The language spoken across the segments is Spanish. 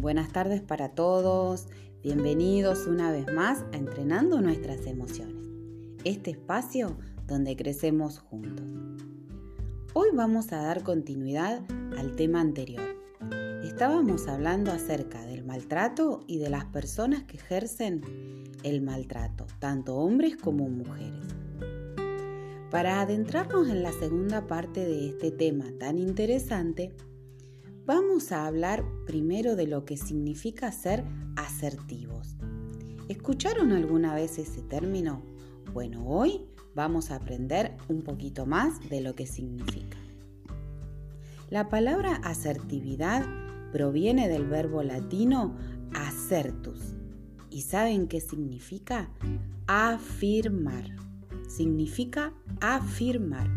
Buenas tardes para todos, bienvenidos una vez más a Entrenando Nuestras Emociones, este espacio donde crecemos juntos. Hoy vamos a dar continuidad al tema anterior. Estábamos hablando acerca del maltrato y de las personas que ejercen el maltrato, tanto hombres como mujeres. Para adentrarnos en la segunda parte de este tema tan interesante, vamos a hablar primero de lo que significa ser asertivos. ¿Escucharon alguna vez ese término? Bueno, hoy vamos a aprender un poquito más de lo que significa. La palabra asertividad proviene del verbo latino assertus. ¿Y saben qué significa? Afirmar. Significa afirmar.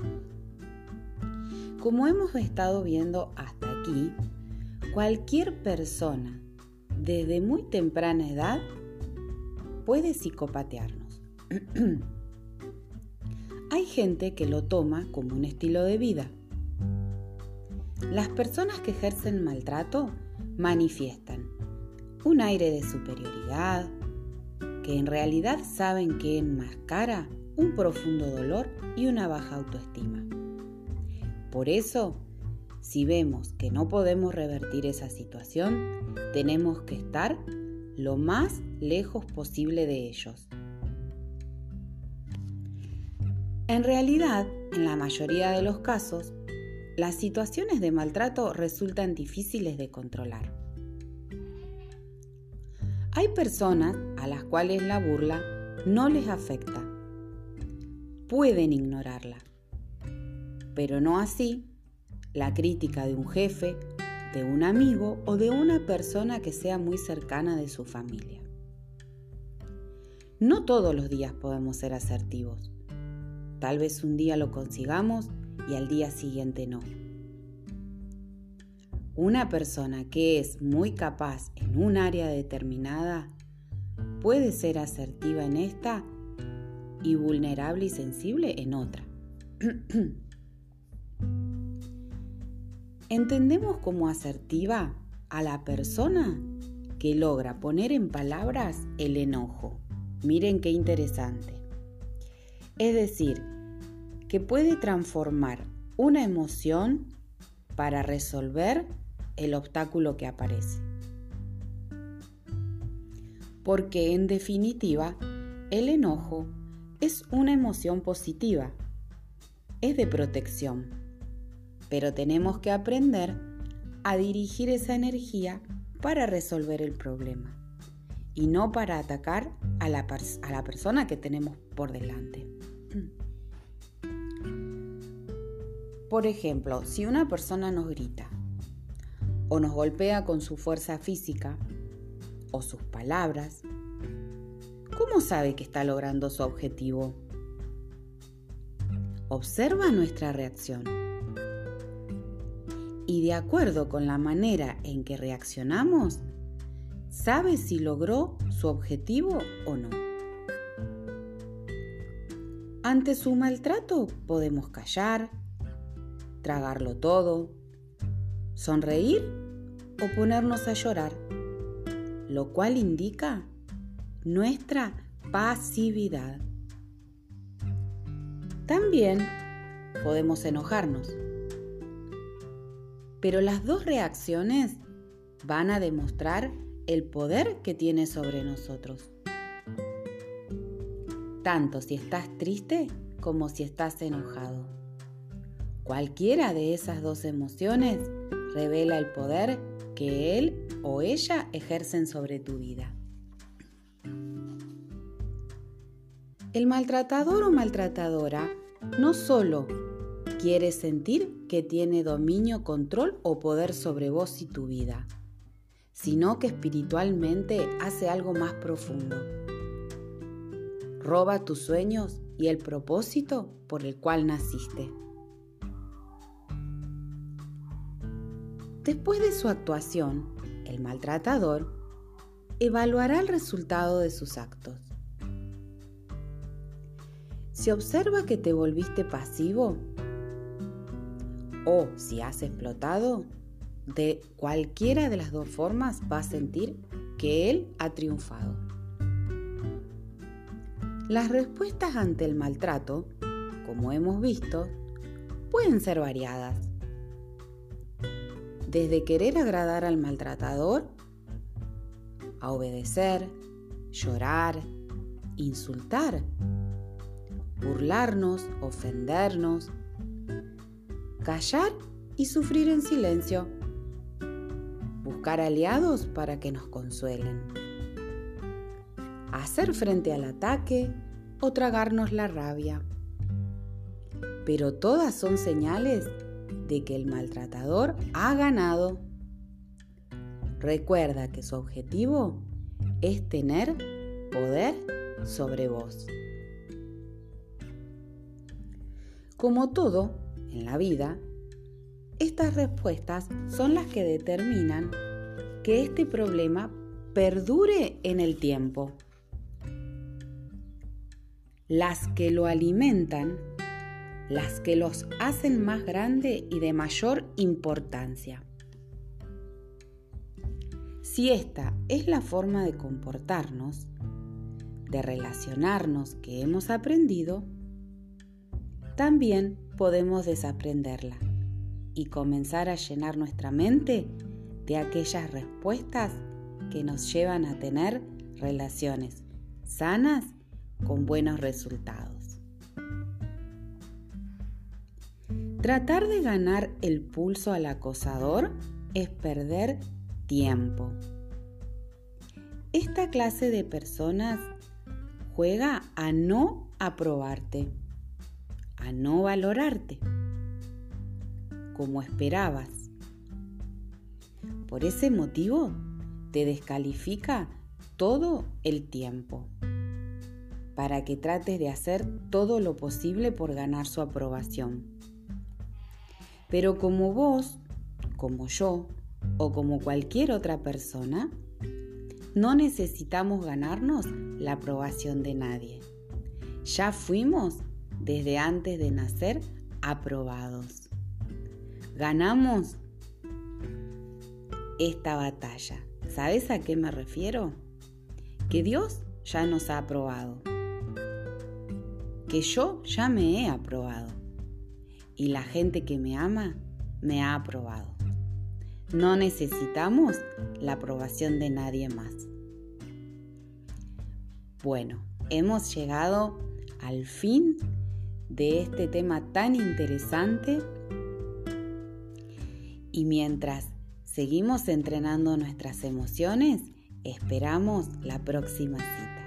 Como hemos estado viendo hasta aquí, cualquier persona desde muy temprana edad puede psicopatearnos. Hay gente que lo toma como un estilo de vida. Las personas que ejercen maltrato manifiestan un aire de superioridad, que en realidad saben que enmascara un profundo dolor y una baja autoestima. Por eso, si vemos que no podemos revertir esa situación, tenemos que estar lo más lejos posible de ellos. En realidad, en la mayoría de los casos, las situaciones de maltrato resultan difíciles de controlar. Hay personas a las cuales la burla no les afecta. Pueden ignorarla. Pero no así la crítica de un jefe, de un amigo o de una persona que sea muy cercana de su familia. No todos los días podemos ser asertivos. Tal vez un día lo consigamos y al día siguiente no. Una persona que es muy capaz en un área determinada puede ser asertiva en esta y vulnerable y sensible en otra. Entendemos como asertiva a la persona que logra poner en palabras el enojo. Miren qué interesante. Es decir, que puede transformar una emoción para resolver el obstáculo que aparece. Porque en definitiva, el enojo es una emoción positiva, es de protección. Pero tenemos que aprender a dirigir esa energía para resolver el problema y no para atacar a la persona que tenemos por delante. Por ejemplo, si una persona nos grita o nos golpea con su fuerza física o sus palabras, ¿cómo sabe que está logrando su objetivo? Observa nuestra reacción. Y de acuerdo con la manera en que reaccionamos, sabe si logró su objetivo o no. Ante su maltrato podemos callar, tragarlo todo, sonreír o ponernos a llorar, lo cual indica nuestra pasividad. También podemos enojarnos. Pero las dos reacciones van a demostrar el poder que tiene sobre nosotros. Tanto si estás triste como si estás enojado. Cualquiera de esas dos emociones revela el poder que él o ella ejercen sobre tu vida. El maltratador o maltratadora no solo quiere sentir que tiene dominio, control o poder sobre vos y tu vida, sino que espiritualmente hace algo más profundo. Roba tus sueños y el propósito por el cual naciste. Después de su actuación, el maltratador evaluará el resultado de sus actos. Si observa que te volviste pasivo, o si has explotado, de cualquiera de las dos formas va a sentir que él ha triunfado. Las respuestas ante el maltrato, como hemos visto, pueden ser variadas. Desde querer agradar al maltratador, a obedecer, llorar, insultar, burlarnos, ofendernos, callar y sufrir en silencio, buscar aliados para que nos consuelen, hacer frente al ataque o tragarnos la rabia. Pero todas son señales de que el maltratador ha ganado. Recuerda que su objetivo es tener poder sobre vos. Como todo en la vida, estas respuestas son las que determinan que este problema perdure en el tiempo. Las que lo alimentan, las que los hacen más grande y de mayor importancia. Si esta es la forma de comportarnos, de relacionarnos que hemos aprendido, también podemos desaprenderla y comenzar a llenar nuestra mente de aquellas respuestas que nos llevan a tener relaciones sanas con buenos resultados. Tratar de ganar el pulso al acosador es perder tiempo. Esta clase de personas juega a no aprobarte, a no valorarte como esperabas. Por ese motivo te descalifica todo el tiempo para que trates de hacer todo lo posible por ganar su aprobación. Pero como vos, como yo o como cualquier otra persona, no necesitamos ganarnos la aprobación de nadie. Ya fuimos desde antes de nacer aprobados. Ganamos esta batalla. ¿Sabes a qué me refiero? Que Dios ya nos ha aprobado. Que yo ya me he aprobado. Y la gente que me ama me ha aprobado. No necesitamos la aprobación de nadie más. Bueno, hemos llegado al fin de este tema tan interesante y mientras seguimos entrenando nuestras emociones, esperamos la próxima cita.